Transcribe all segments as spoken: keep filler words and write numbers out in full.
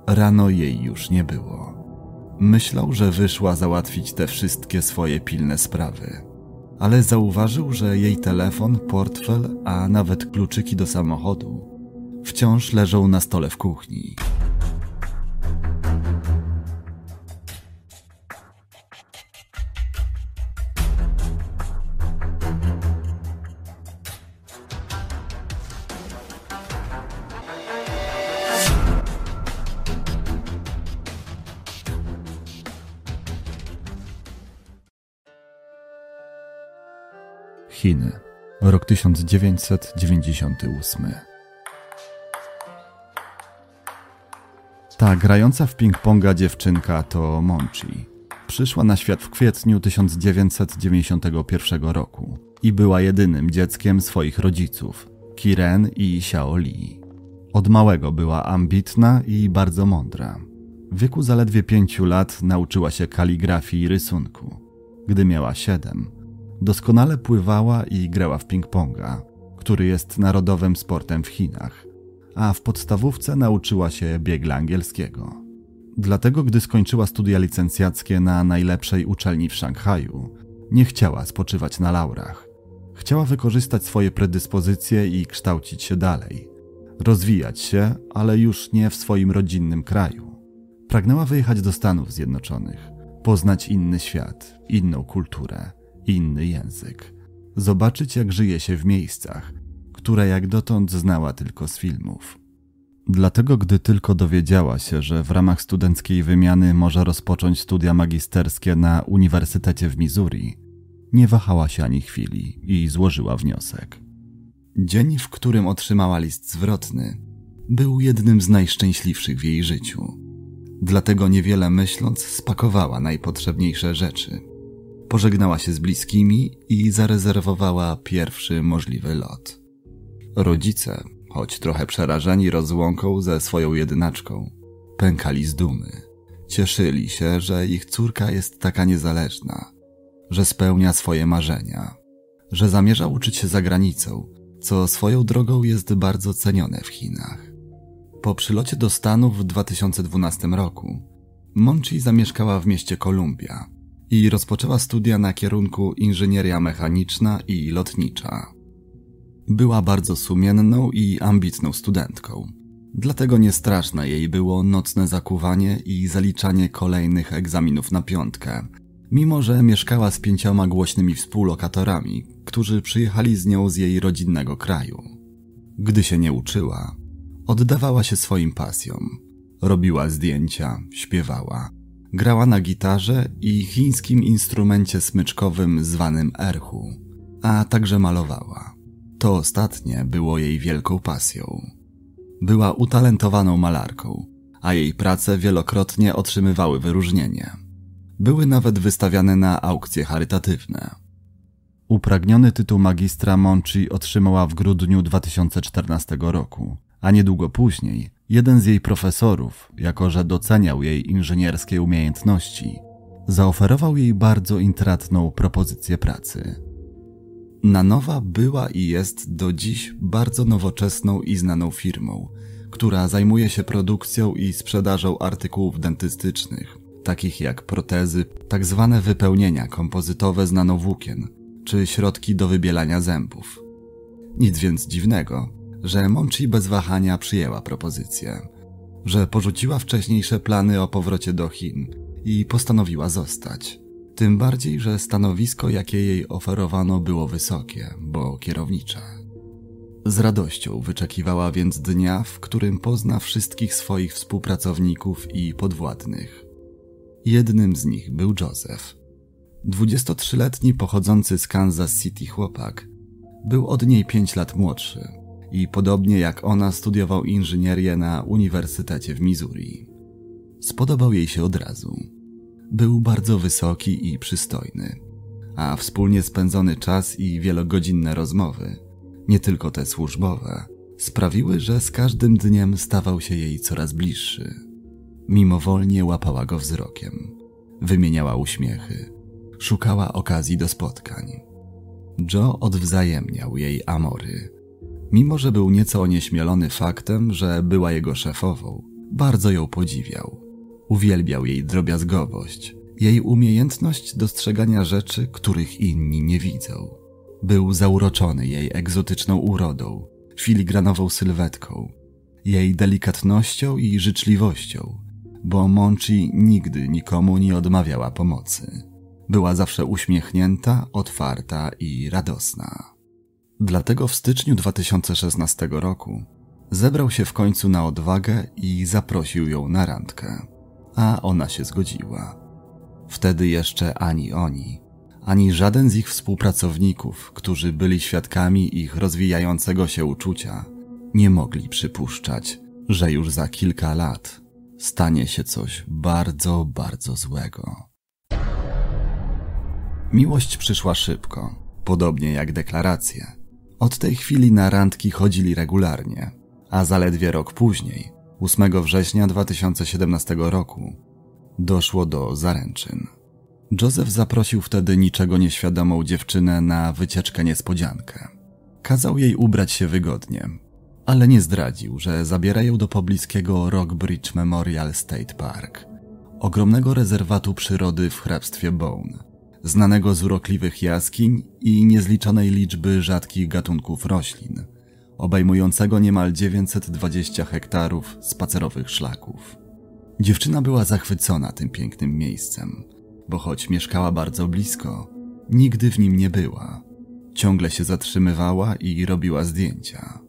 Rano jej już nie było. Myślał, że wyszła załatwić te wszystkie swoje pilne sprawy. Ale zauważył, że jej telefon, portfel, a nawet kluczyki do samochodu wciąż leżą na stole w kuchni. Chiny, rok tysiąc dziewięćset dziewięćdziesiąty ósmy. Ta grająca w ping-ponga dziewczynka to Monchi. Przyszła na świat w kwietniu tysiąc dziewięćset dziewięćdziesiątego pierwszego roku i była jedynym dzieckiem swoich rodziców, Ki-ren i Xiao-li. Od małego była ambitna i bardzo mądra. W wieku zaledwie pięciu lat nauczyła się kaligrafii i rysunku. Gdy miała siedem, doskonale pływała i grała w ping-ponga, który jest narodowym sportem w Chinach, a w podstawówce nauczyła się biegla angielskiego. Dlatego, gdy skończyła studia licencjackie na najlepszej uczelni w Szanghaju, nie chciała spoczywać na laurach. Chciała wykorzystać swoje predyspozycje i kształcić się dalej. Rozwijać się, ale już nie w swoim rodzinnym kraju. Pragnęła wyjechać do Stanów Zjednoczonych, poznać inny świat, inną kulturę, inny język. Zobaczyć, jak żyje się w miejscach, które jak dotąd znała tylko z filmów. Dlatego, gdy tylko dowiedziała się, że w ramach studenckiej wymiany może rozpocząć studia magisterskie na Uniwersytecie w Missouri, nie wahała się ani chwili i złożyła wniosek. Dzień, w którym otrzymała list zwrotny, był jednym z najszczęśliwszych w jej życiu. Dlatego niewiele myśląc spakowała najpotrzebniejsze rzeczy. Pożegnała się z bliskimi i zarezerwowała pierwszy możliwy lot. Rodzice, choć trochę przerażeni rozłąką ze swoją jedynaczką, pękali z dumy. Cieszyli się, że ich córka jest taka niezależna, że spełnia swoje marzenia, że zamierza uczyć się za granicą, co swoją drogą jest bardzo cenione w Chinach. Po przylocie do Stanów w dwa tysiące dwunastym roku Monchi zamieszkała w mieście Columbia i rozpoczęła studia na kierunku inżynieria mechaniczna i lotnicza. Była bardzo sumienną i ambitną studentką, dlatego niestraszne jej było nocne zakuwanie i zaliczanie kolejnych egzaminów na piątkę, mimo że mieszkała z pięcioma głośnymi współlokatorami, którzy przyjechali z nią z jej rodzinnego kraju. Gdy się nie uczyła, oddawała się swoim pasjom. Robiła zdjęcia, śpiewała, grała na gitarze i chińskim instrumencie smyczkowym zwanym erhu, a także malowała. To ostatnie było jej wielką pasją. Była utalentowaną malarką, a jej prace wielokrotnie otrzymywały wyróżnienie. Były nawet wystawiane na aukcje charytatywne. Upragniony tytuł magistra Monchi otrzymała w grudniu dwa tysiące czternastego roku, a niedługo później jeden z jej profesorów, jako że doceniał jej inżynierskie umiejętności, zaoferował jej bardzo intratną propozycję pracy. Nanowa była i jest do dziś bardzo nowoczesną i znaną firmą, która zajmuje się produkcją i sprzedażą artykułów dentystycznych, takich jak protezy, tak zwane wypełnienia kompozytowe z nanowłókien, czy środki do wybielania zębów. Nic więc dziwnego, że Monchi bez wahania przyjęła propozycję, że porzuciła wcześniejsze plany o powrocie do Chin i postanowiła zostać. Tym bardziej, że stanowisko, jakie jej oferowano, było wysokie, bo kierownicze. Z radością wyczekiwała więc dnia, w którym pozna wszystkich swoich współpracowników i podwładnych. Jednym z nich był Joseph. dwudziestotrzyletni pochodzący z Kansas City chłopak. Był od niej pięć lat młodszy i podobnie jak ona studiował inżynierię na Uniwersytecie w Missouri. Spodobał jej się od razu. Był bardzo wysoki i przystojny, a wspólnie spędzony czas i wielogodzinne rozmowy, nie tylko te służbowe, sprawiły, że z każdym dniem stawał się jej coraz bliższy. Mimowolnie łapała go wzrokiem, wymieniała uśmiechy, szukała okazji do spotkań. Joe odwzajemniał jej amory. Mimo że był nieco onieśmielony faktem, że była jego szefową, Bardzo ją podziwiał. Uwielbiał jej drobiazgowość, jej umiejętność dostrzegania rzeczy, których inni nie widzą. Był zauroczony jej egzotyczną urodą, filigranową sylwetką, jej delikatnością i życzliwością, bo Monchi nigdy nikomu nie odmawiała pomocy. Była zawsze uśmiechnięta, otwarta i radosna. Dlatego w styczniu dwa tysiące szesnastego roku zebrał się w końcu na odwagę i zaprosił ją na randkę, a ona się zgodziła. Wtedy jeszcze ani oni, ani żaden z ich współpracowników, którzy byli świadkami ich rozwijającego się uczucia, nie mogli przypuszczać, że już za kilka lat stanie się coś bardzo, bardzo złego. Miłość przyszła szybko, podobnie jak deklaracje. Od tej chwili na randki chodzili regularnie, a zaledwie rok później, ósmego września dwa tysiące siedemnastego roku, doszło do zaręczyn. Joseph zaprosił wtedy niczego nieświadomą dziewczynę na wycieczkę niespodziankę. Kazał jej ubrać się wygodnie, ale nie zdradził, że zabiera ją do pobliskiego Rockbridge Memorial State Park, ogromnego rezerwatu przyrody w hrabstwie Boone, znanego z urokliwych jaskiń i niezliczonej liczby rzadkich gatunków roślin, obejmującego niemal dziewięćset dwadzieścia hektarów spacerowych szlaków. Dziewczyna była zachwycona tym pięknym miejscem, bo choć mieszkała bardzo blisko, nigdy w nim nie była. Ciągle się zatrzymywała i robiła zdjęcia.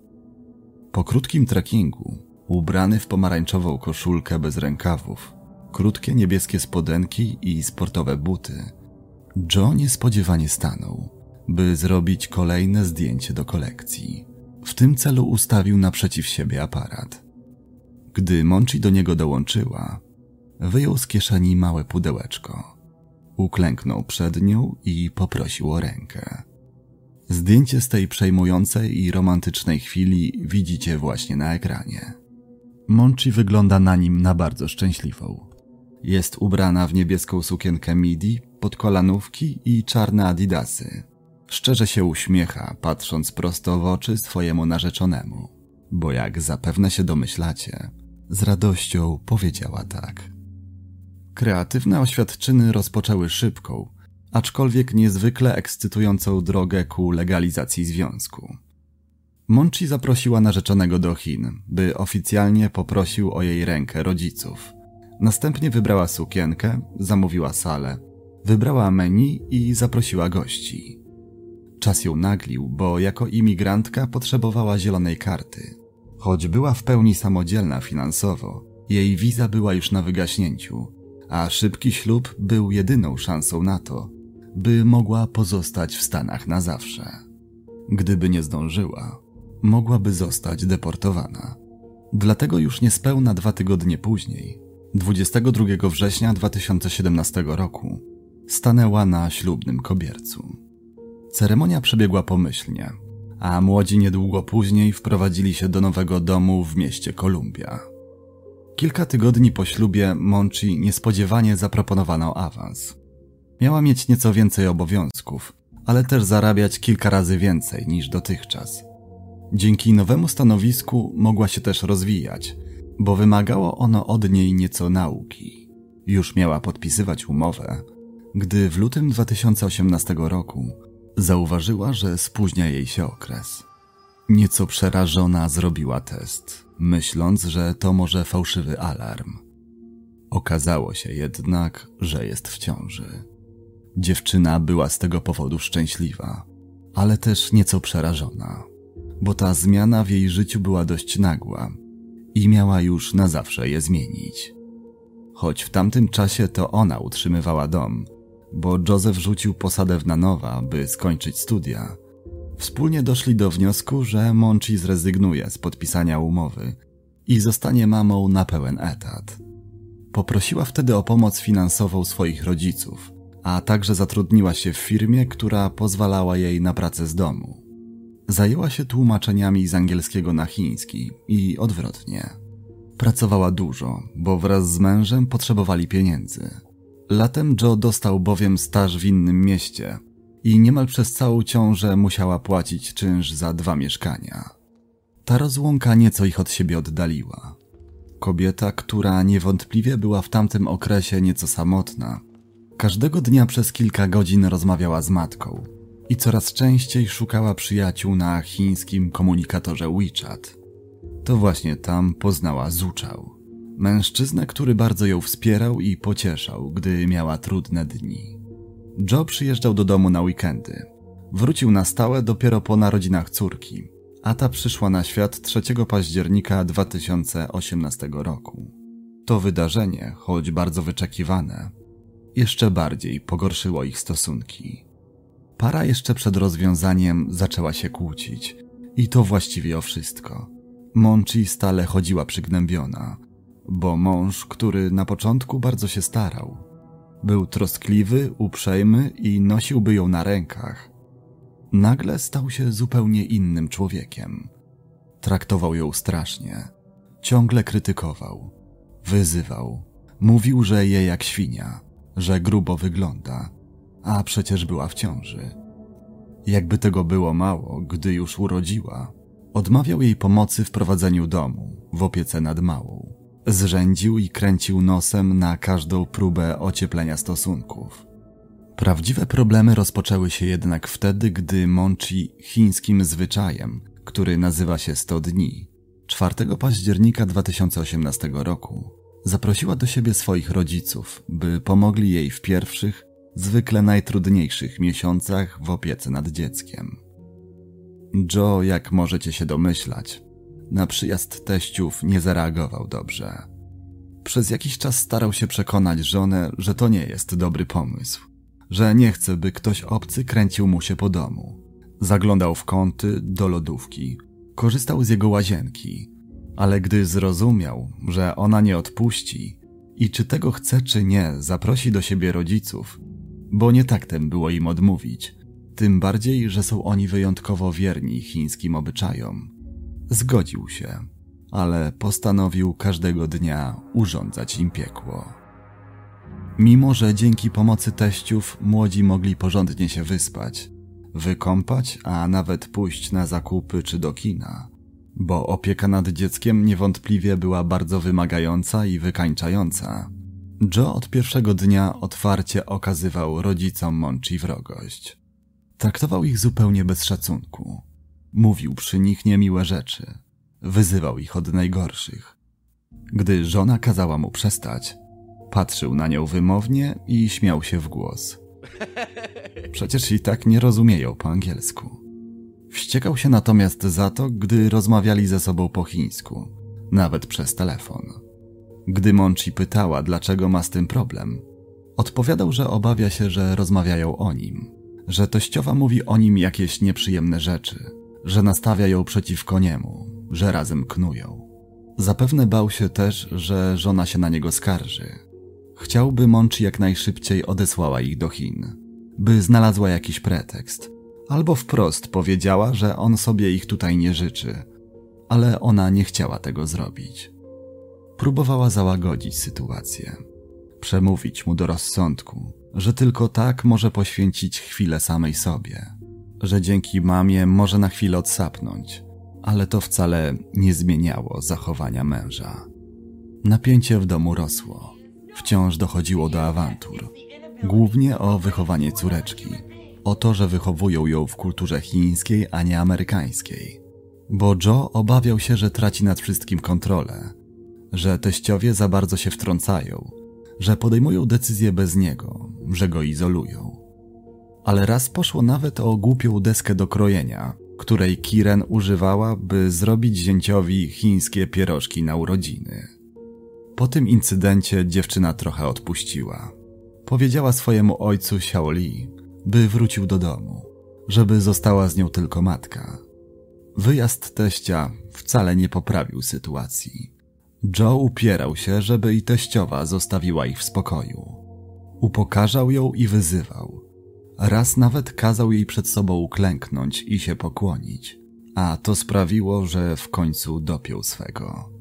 Po krótkim trekkingu, ubrany w pomarańczową koszulkę bez rękawów, krótkie niebieskie spodenki i sportowe buty, Joe niespodziewanie stanął, by zrobić kolejne zdjęcie do kolekcji. W tym celu ustawił naprzeciw siebie aparat. Gdy Monchi do niego dołączyła, wyjął z kieszeni małe pudełeczko. Uklęknął przed nią i poprosił o rękę. Zdjęcie z tej przejmującej i romantycznej chwili widzicie właśnie na ekranie. Monchi wygląda na nim na bardzo szczęśliwą. Jest ubrana w niebieską sukienkę midi, podkolanówki i czarne adidasy. Szczerze się uśmiecha, patrząc prosto w oczy swojemu narzeczonemu, bo jak zapewne się domyślacie, z radością powiedziała tak. Kreatywne oświadczyny rozpoczęły szybką, aczkolwiek niezwykle ekscytującą drogę ku legalizacji związku. Monchi zaprosiła narzeczonego do Chin, by oficjalnie poprosił o jej rękę rodziców. Następnie wybrała sukienkę, zamówiła salę, wybrała menu i zaprosiła gości. Czas ją naglił, bo jako imigrantka potrzebowała zielonej karty. Choć była w pełni samodzielna finansowo, jej wiza była już na wygaśnięciu, a szybki ślub był jedyną szansą na to, by mogła pozostać w Stanach na zawsze. Gdyby nie zdążyła, mogłaby zostać deportowana. Dlatego już niespełna dwa tygodnie później, dwudziestego drugiego września dwa tysiące siedemnastego roku, stanęła na ślubnym kobiercu. Ceremonia przebiegła pomyślnie, a młodzi niedługo później wprowadzili się do nowego domu w mieście Columbia. Kilka tygodni po ślubie Monchi niespodziewanie zaproponowano awans. Miała mieć nieco więcej obowiązków, ale też zarabiać kilka razy więcej niż dotychczas. Dzięki nowemu stanowisku mogła się też rozwijać, bo wymagało ono od niej nieco nauki. Już miała podpisywać umowę, gdy w lutym dwa tysiące osiemnastego roku zauważyła, że spóźnia jej się okres. Nieco przerażona zrobiła test, myśląc, że to może fałszywy alarm. Okazało się jednak, że jest w ciąży. Dziewczyna była z tego powodu szczęśliwa, ale też nieco przerażona, bo ta zmiana w jej życiu była dość nagła i miała już na zawsze je zmienić. Choć w tamtym czasie to ona utrzymywała dom, bo Joseph rzucił posadę w Nanowa, by skończyć studia, wspólnie doszli do wniosku, że Monchi zrezygnuje z podpisania umowy i zostanie mamą na pełen etat. Poprosiła wtedy o pomoc finansową swoich rodziców, a także zatrudniła się w firmie, która pozwalała jej na pracę z domu. Zajęła się tłumaczeniami z angielskiego na chiński i odwrotnie. Pracowała dużo, bo wraz z mężem potrzebowali pieniędzy. Latem Joe dostał bowiem staż w innym mieście i niemal przez całą ciążę musiała płacić czynsz za dwa mieszkania. Ta rozłąka nieco ich od siebie oddaliła. Kobieta, która niewątpliwie była w tamtym okresie nieco samotna, każdego dnia przez kilka godzin rozmawiała z matką i coraz częściej szukała przyjaciół na chińskim komunikatorze WeChat. To właśnie tam poznała Zuchao, mężczyznę, który bardzo ją wspierał i pocieszał, gdy miała trudne dni. Joe przyjeżdżał do domu na weekendy. Wrócił na stałe dopiero po narodzinach córki, a ta przyszła na świat trzeciego października dwa tysiące osiemnastego roku. To wydarzenie, choć bardzo wyczekiwane, jeszcze bardziej pogorszyło ich stosunki. Para jeszcze przed rozwiązaniem zaczęła się kłócić i to właściwie o wszystko. Monchi stale chodziła przygnębiona, bo mąż, który na początku bardzo się starał, był troskliwy, uprzejmy i nosiłby ją na rękach, nagle stał się zupełnie innym człowiekiem. Traktował ją strasznie, ciągle krytykował, wyzywał, mówił, że je jak świnia, że grubo wygląda, a przecież była w ciąży. Jakby tego było mało, gdy już urodziła, odmawiał jej pomocy w prowadzeniu domu, w opiece nad małą. Zrzędził i kręcił nosem na każdą próbę ocieplenia stosunków. Prawdziwe problemy rozpoczęły się jednak wtedy, gdy Monchi chińskim zwyczajem, który nazywa się sto dni, czwartego października dwa tysiące osiemnastego roku zaprosiła do siebie swoich rodziców, by pomogli jej w pierwszych, zwykle najtrudniejszych miesiącach w opiece nad dzieckiem. Joe, jak możecie się domyślać, na przyjazd teściów nie zareagował dobrze. Przez jakiś czas starał się przekonać żonę, że to nie jest dobry pomysł, że nie chce, by ktoś obcy kręcił mu się po domu. Zaglądał w kąty, do lodówki, korzystał z jego łazienki, ale gdy zrozumiał, że ona nie odpuści i czy tego chce czy nie, zaprosi do siebie rodziców, bo nie taktem było im odmówić, tym bardziej, że są oni wyjątkowo wierni chińskim obyczajom, zgodził się, ale postanowił każdego dnia urządzać im piekło. Mimo że dzięki pomocy teściów młodzi mogli porządnie się wyspać, wykąpać, a nawet pójść na zakupy czy do kina, bo opieka nad dzieckiem niewątpliwie była bardzo wymagająca i wykańczająca, Joe od pierwszego dnia otwarcie okazywał rodzicom Monchi wrogość. Traktował ich zupełnie bez szacunku. Mówił przy nich niemiłe rzeczy. Wyzywał ich od najgorszych. Gdy żona kazała mu przestać, patrzył na nią wymownie i śmiał się w głos. Przecież i tak nie rozumieją po angielsku. Wściekał się natomiast za to, gdy rozmawiali ze sobą po chińsku, nawet przez telefon. Gdy Monchi pytała, dlaczego ma z tym problem, odpowiadał, że obawia się, że rozmawiają o nim, że teściowa mówi o nim jakieś nieprzyjemne rzeczy, że nastawia ją przeciwko niemu, że razem knują. Zapewne bał się też, że żona się na niego skarży. Chciałby Monchi jak najszybciej odesłała ich do Chin, by znalazła jakiś pretekst, albo wprost powiedziała, że on sobie ich tutaj nie życzy, ale ona nie chciała tego zrobić. Próbowała załagodzić sytuację, przemówić mu do rozsądku, że tylko tak może poświęcić chwilę samej sobie, że dzięki mamie może na chwilę odsapnąć, ale to wcale nie zmieniało zachowania męża. Napięcie w domu rosło. Wciąż dochodziło do awantur. Głównie o wychowanie córeczki. O to, że wychowują ją w kulturze chińskiej, a nie amerykańskiej. Bo Joe obawiał się, że traci nad wszystkim kontrolę. Że teściowie za bardzo się wtrącają. Że podejmują decyzje bez niego. Że go izolują. Ale raz poszło nawet o głupią deskę do krojenia, której Kiren używała, by zrobić zięciowi chińskie pierożki na urodziny. Po tym incydencie dziewczyna trochę odpuściła. Powiedziała swojemu ojcu Xiaoli, by wrócił do domu, żeby została z nią tylko matka. Wyjazd teścia wcale nie poprawił sytuacji. Joe upierał się, żeby i teściowa zostawiła ich w spokoju. Upokarzał ją i wyzywał. Raz nawet kazał jej przed sobą uklęknąć i się pokłonić, a to sprawiło, że w końcu dopiął swego.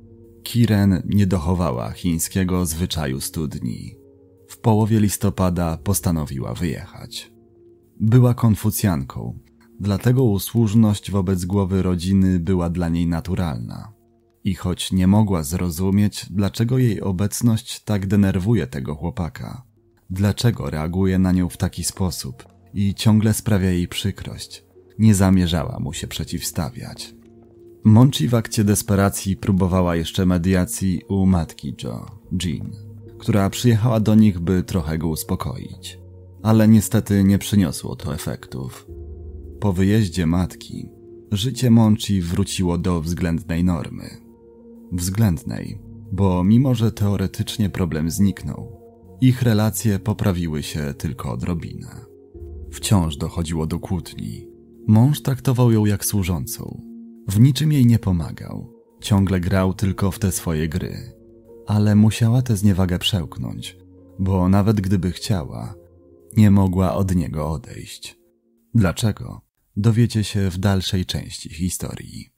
Kiren nie dochowała chińskiego zwyczaju stu dni. W połowie listopada postanowiła wyjechać. Była konfucjanką, dlatego usłużność wobec głowy rodziny była dla niej naturalna. I choć nie mogła zrozumieć, dlaczego jej obecność tak denerwuje tego chłopaka, dlaczego reaguje na nią w taki sposób i ciągle sprawia jej przykrość, nie zamierzała mu się przeciwstawiać. Monchi w akcie desperacji próbowała jeszcze mediacji u matki Joe, Jean, która przyjechała do nich, by trochę go uspokoić. Ale niestety nie przyniosło to efektów. Po wyjeździe matki, życie Monchi wróciło do względnej normy. Względnej, bo mimo że teoretycznie problem zniknął, ich relacje poprawiły się tylko odrobinę. Wciąż dochodziło do kłótni. Mąż traktował ją jak służącą. W niczym jej nie pomagał. Ciągle grał tylko w te swoje gry. Ale musiała tę zniewagę przełknąć, bo nawet gdyby chciała, nie mogła od niego odejść. Dlaczego? Dowiecie się w dalszej części historii.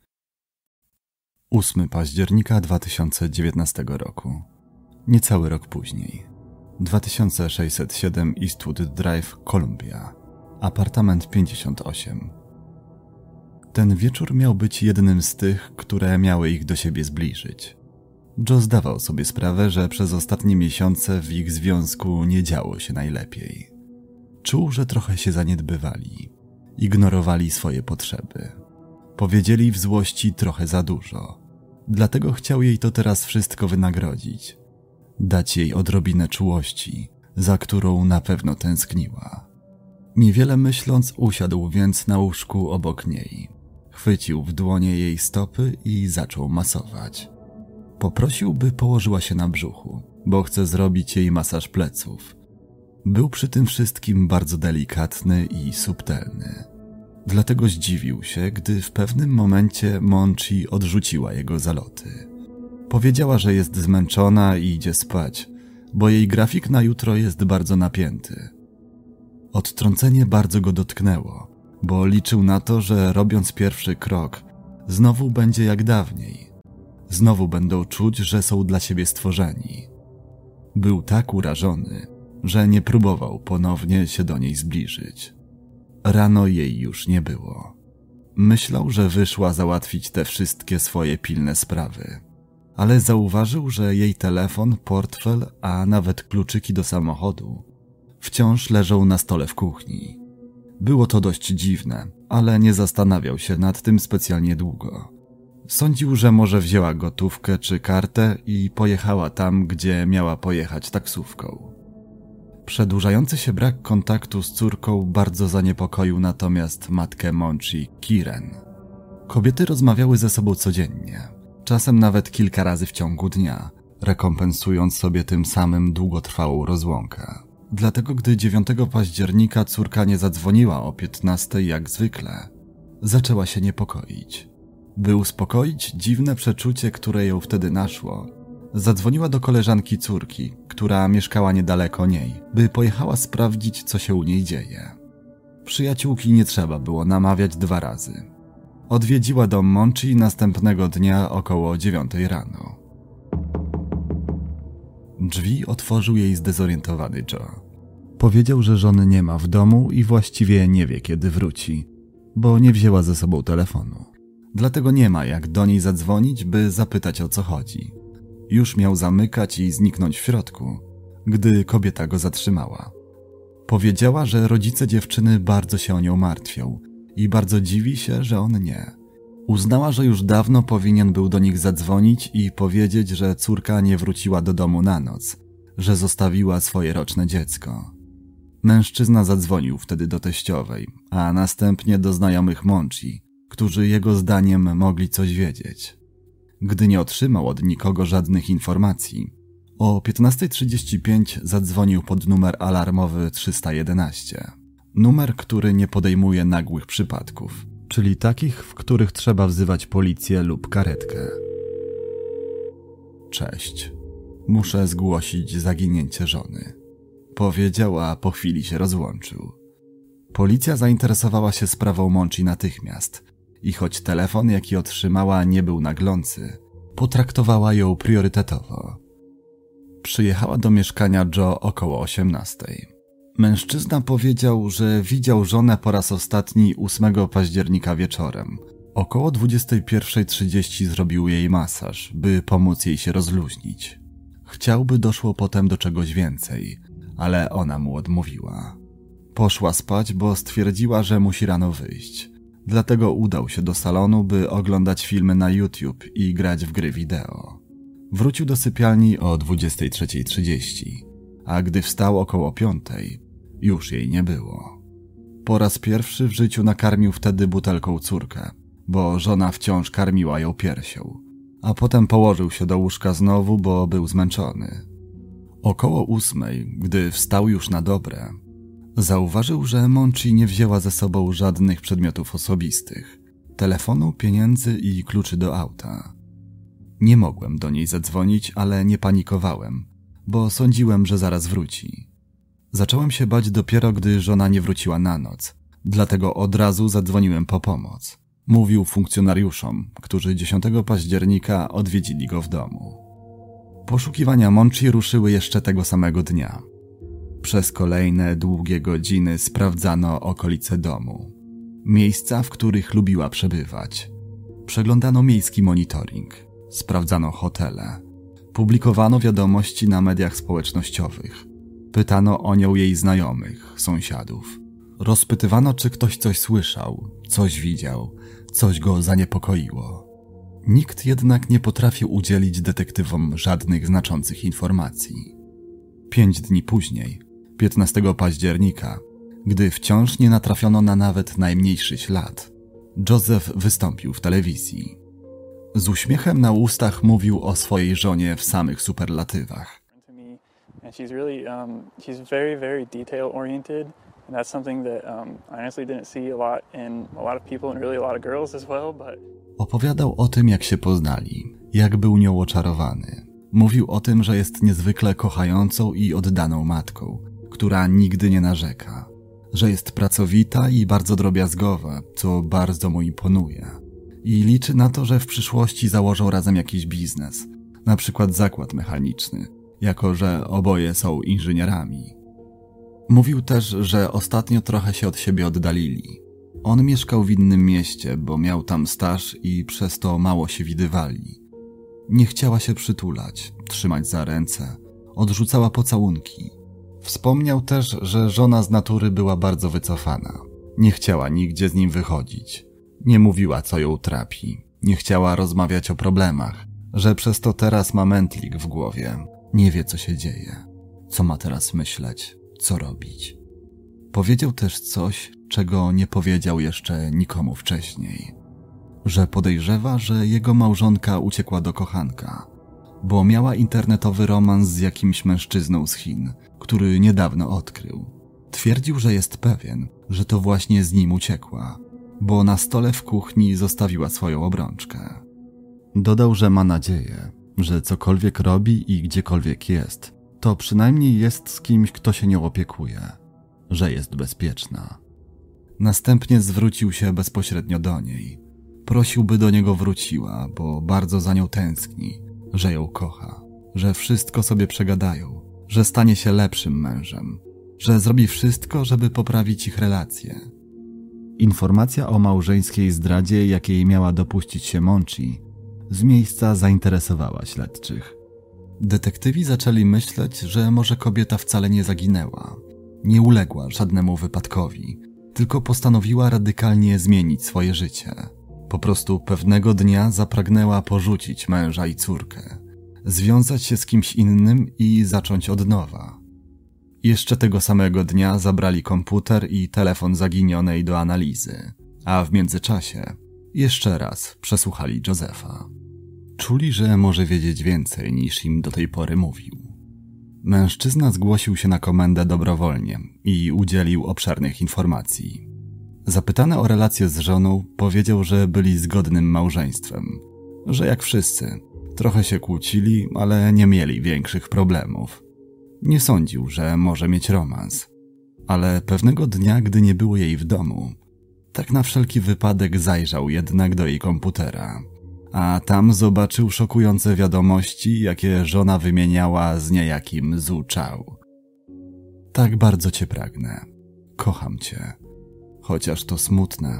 ósmego października dwa tysiące dziewiętnastego roku. Niecały rok później. dwa tysiące sześćset siedem Eastwood Drive, Columbia. Apartament pięćdziesiąt osiem. Ten wieczór miał być jednym z tych, które miały ich do siebie zbliżyć. Joe zdawał sobie sprawę, że przez ostatnie miesiące w ich związku nie działo się najlepiej. Czuł, że trochę się zaniedbywali. Ignorowali swoje potrzeby. Powiedzieli w złości trochę za dużo. Dlatego chciał jej to teraz wszystko wynagrodzić. Dać jej odrobinę czułości, za którą na pewno tęskniła. Niewiele myśląc, usiadł więc na łóżku obok niej. Chwycił w dłonie jej stopy i zaczął masować. Poprosił, by położyła się na brzuchu, bo chce zrobić jej masaż pleców. Był przy tym wszystkim bardzo delikatny i subtelny. Dlatego zdziwił się, gdy w pewnym momencie Monchi odrzuciła jego zaloty. Powiedziała, że jest zmęczona i idzie spać, bo jej grafik na jutro jest bardzo napięty. Odtrącenie bardzo go dotknęło, bo liczył na to, że robiąc pierwszy krok, znowu będzie jak dawniej. Znowu będą czuć, że są dla siebie stworzeni. Był tak urażony, że nie próbował ponownie się do niej zbliżyć. Rano jej już nie było. Myślał, że wyszła załatwić te wszystkie swoje pilne sprawy. Ale zauważył, że jej telefon, portfel, a nawet kluczyki do samochodu wciąż leżą na stole w kuchni. Było to dość dziwne, ale nie zastanawiał się nad tym specjalnie długo. Sądził, że może wzięła gotówkę czy kartę i pojechała tam, gdzie miała pojechać taksówką. Przedłużający się brak kontaktu z córką bardzo zaniepokoił natomiast matkę Monchi, Kiren. Kobiety rozmawiały ze sobą codziennie, czasem nawet kilka razy w ciągu dnia, rekompensując sobie tym samym długotrwałą rozłąkę. Dlatego gdy dziewiątego października córka nie zadzwoniła o piętnastej jak zwykle, zaczęła się niepokoić. By uspokoić dziwne przeczucie, które ją wtedy naszło, zadzwoniła do koleżanki córki, która mieszkała niedaleko niej, by pojechała sprawdzić, co się u niej dzieje. Przyjaciółki nie trzeba było namawiać dwa razy. Odwiedziła dom Monchi następnego dnia około dziewiątej rano. Drzwi otworzył jej zdezorientowany Joe. Powiedział, że żony nie ma w domu i właściwie nie wie, kiedy wróci, bo nie wzięła ze sobą telefonu. Dlatego nie ma jak do niej zadzwonić, by zapytać, o co chodzi. Już miał zamykać i zniknąć w środku, gdy kobieta go zatrzymała. Powiedziała, że rodzice dziewczyny bardzo się o nią martwią i bardzo dziwi się, że on nie. Uznała, że już dawno powinien był do nich zadzwonić i powiedzieć, że córka nie wróciła do domu na noc, że zostawiła swoje roczne dziecko. Mężczyzna zadzwonił wtedy do teściowej, a następnie do znajomych Monchi, którzy jego zdaniem mogli coś wiedzieć. Gdy nie otrzymał od nikogo żadnych informacji, o piętnasta trzydzieści pięć zadzwonił pod numer alarmowy trzysta jedenaście. Numer, który nie podejmuje nagłych przypadków, czyli takich, w których trzeba wzywać policję lub karetkę. Cześć. Muszę zgłosić zaginięcie żony. Powiedział, a po chwili się rozłączył. Policja zainteresowała się sprawą Monchi natychmiast i choć telefon, jaki otrzymała, nie był naglący, potraktowała ją priorytetowo. Przyjechała do mieszkania Joe około osiemnastej. Mężczyzna powiedział, że widział żonę po raz ostatni ósmego października wieczorem, Około dwudziestej pierwszej trzydzieści zrobił jej masaż, by pomóc jej się rozluźnić. Chciał, by doszło potem do czegoś więcej, ale ona mu odmówiła. Poszła spać, bo stwierdziła, że musi rano wyjść. Dlatego udał się do salonu, by oglądać filmy na YouTube i grać w gry wideo. Wrócił do sypialni o dwudziestej trzeciej trzydzieści, a gdy wstał około piątej, już jej nie było. Po raz pierwszy w życiu nakarmił wtedy butelką córkę, bo żona wciąż karmiła ją piersią, a potem położył się do łóżka znowu, bo był zmęczony. Około ósmej, gdy wstał już na dobre, zauważył, że Monchi nie wzięła ze sobą żadnych przedmiotów osobistych, telefonu, pieniędzy i kluczy do auta. Nie mogłem do niej zadzwonić, ale nie panikowałem, bo sądziłem, że zaraz wróci. Zacząłem się bać dopiero, gdy żona nie wróciła na noc, dlatego od razu zadzwoniłem po pomoc. Mówił funkcjonariuszom, którzy dziesiątego października odwiedzili go w domu. Poszukiwania Monchi ruszyły jeszcze tego samego dnia. Przez kolejne długie godziny sprawdzano okolice domu, miejsca, w których lubiła przebywać. Przeglądano miejski monitoring, sprawdzano hotele, publikowano wiadomości na mediach społecznościowych, pytano o nią jej znajomych, sąsiadów. Rozpytywano, czy ktoś coś słyszał, coś widział, coś go zaniepokoiło. Nikt jednak nie potrafił udzielić detektywom żadnych znaczących informacji. Pięć dni później, piętnastego października, gdy wciąż nie natrafiono na nawet najmniejszy ślad, Joseph wystąpił w telewizji. Z uśmiechem na ustach mówił o swojej żonie w samych superlatywach. She's really, um, she's very, very detail-oriented, and that's something that um, I honestly didn't see a lot in a lot of people and really a lot of girls as well, but... Opowiadał o tym, jak się poznali, jak był nią oczarowany. Mówił o tym, że jest niezwykle kochającą i oddaną matką, która nigdy nie narzeka, że jest pracowita i bardzo drobiazgowa, co bardzo mu imponuje. I liczy na to, że w przyszłości założą razem jakiś biznes, na przykład zakład mechaniczny, jako że oboje są inżynierami. Mówił też, że ostatnio trochę się od siebie oddalili. On mieszkał w innym mieście, bo miał tam staż i przez to mało się widywali. Nie chciała się przytulać, trzymać za ręce, odrzucała pocałunki. Wspomniał też, że żona z natury była bardzo wycofana. Nie chciała nigdzie z nim wychodzić. Nie mówiła, co ją trapi. Nie chciała rozmawiać o problemach, że przez to teraz ma mętlik w głowie. Nie wie, co się dzieje. Co ma teraz myśleć? Co robić? Powiedział też coś, czego nie powiedział jeszcze nikomu wcześniej. Że podejrzewa, że jego małżonka uciekła do kochanka, bo miała internetowy romans z jakimś mężczyzną z Chin, który niedawno odkrył. Twierdził, że jest pewien, że to właśnie z nim uciekła, bo na stole w kuchni zostawiła swoją obrączkę. Dodał, że ma nadzieję, że cokolwiek robi i gdziekolwiek jest, to przynajmniej jest z kimś, kto się nią opiekuje, że jest bezpieczna. Następnie zwrócił się bezpośrednio do niej. Prosił, by do niego wróciła, bo bardzo za nią tęskni, że ją kocha, że wszystko sobie przegadają, że stanie się lepszym mężem, że zrobi wszystko, żeby poprawić ich relacje. Informacja o małżeńskiej zdradzie, jakiej miała dopuścić się Monchi, z miejsca zainteresowała śledczych. Detektywi zaczęli myśleć, że może kobieta wcale nie zaginęła, nie uległa żadnemu wypadkowi, tylko postanowiła radykalnie zmienić swoje życie. Po prostu pewnego dnia zapragnęła porzucić męża i córkę, związać się z kimś innym i zacząć od nowa. Jeszcze tego samego dnia zabrali komputer i telefon zaginionej do analizy, a w międzyczasie jeszcze raz przesłuchali Josepha. Czuli, że może wiedzieć więcej niż im do tej pory mówił. Mężczyzna zgłosił się na komendę dobrowolnie i udzielił obszernych informacji. Zapytany o relację z żoną, powiedział, że byli zgodnym małżeństwem, że jak wszyscy, trochę się kłócili, ale nie mieli większych problemów. Nie sądził, że może mieć romans, ale pewnego dnia, gdy nie było jej w domu, tak na wszelki wypadek zajrzał jednak do jej komputera, a tam zobaczył szokujące wiadomości, jakie żona wymieniała z niejakim Zhu Chao. Tak bardzo cię pragnę. Kocham cię. Chociaż to smutne,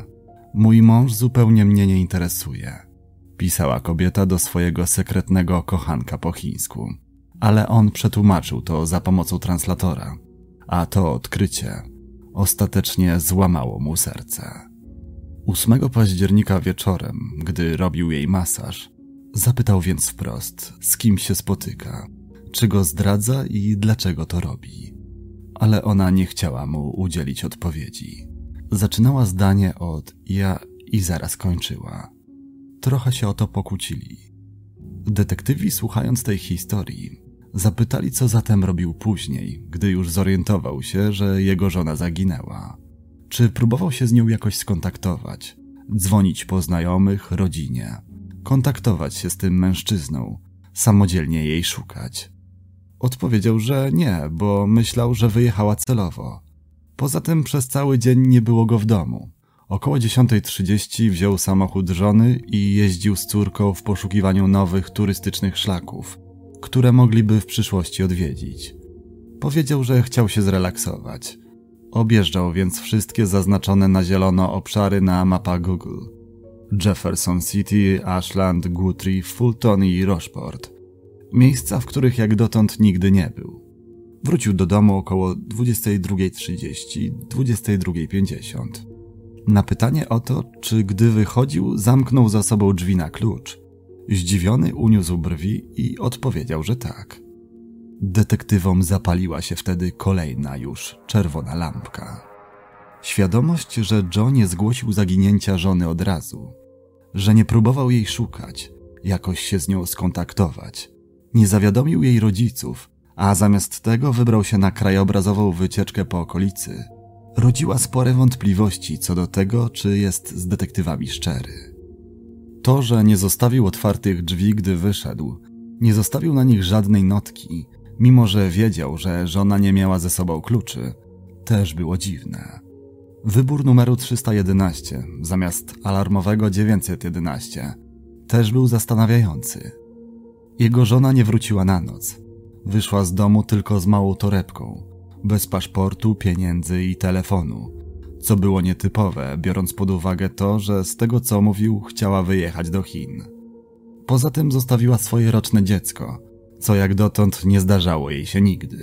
Mój mąż zupełnie mnie nie interesuje, pisała kobieta do swojego sekretnego kochanka po chińsku, ale on przetłumaczył to za pomocą translatora, a to odkrycie ostatecznie złamało mu serce. ósmego października wieczorem, gdy robił jej masaż, zapytał więc wprost, z kim się spotyka, czy go zdradza i dlaczego to robi. Ale ona nie chciała mu udzielić odpowiedzi. Zaczynała zdanie od ja i zaraz kończyła. Trochę się o to pokłócili. Detektywi, słuchając tej historii, zapytali, co zatem robił później, gdy już zorientował się, że jego żona zaginęła. Czy próbował się z nią jakoś skontaktować, dzwonić po znajomych, rodzinie, kontaktować się z tym mężczyzną, samodzielnie jej szukać? Odpowiedział, że nie, bo myślał, że wyjechała celowo. Poza tym przez cały dzień nie było go w domu. Około dziesiątej trzydzieści wziął samochód żony i jeździł z córką w poszukiwaniu nowych turystycznych szlaków, które mogliby w przyszłości odwiedzić. Powiedział, że chciał się zrelaksować. Objeżdżał więc wszystkie zaznaczone na zielono obszary na mapach Google. Jefferson City, Ashland, Guthrie, Fulton i Rocheport. Miejsca, w których jak dotąd nigdy nie był. Wrócił do domu około dwudziestej drugiej trzydzieści, dwudziestej drugiej pięćdziesiąt. Na pytanie o to, czy gdy wychodził, zamknął za sobą drzwi na klucz, zdziwiony uniósł brwi i odpowiedział, że tak. Detektywom zapaliła się wtedy kolejna już czerwona lampka. Świadomość, że Joe nie zgłosił zaginięcia żony od razu, że nie próbował jej szukać, jakoś się z nią skontaktować, nie zawiadomił jej rodziców, a zamiast tego wybrał się na krajobrazową wycieczkę po okolicy, rodziła spore wątpliwości co do tego, czy jest z detektywami szczery. To, że nie zostawił otwartych drzwi, gdy wyszedł, nie zostawił na nich żadnej notki, mimo że wiedział, że żona nie miała ze sobą kluczy, też było dziwne. Wybór numeru trzysta jedenaście zamiast alarmowego dziewięćset jedenaście też był zastanawiający. Jego żona nie wróciła na noc. Wyszła z domu tylko z małą torebką, bez paszportu, pieniędzy i telefonu, co było nietypowe, biorąc pod uwagę to, że z tego co mówił, chciała wyjechać do Chin. Poza tym zostawiła swoje roczne dziecko, co jak dotąd nie zdarzało jej się nigdy.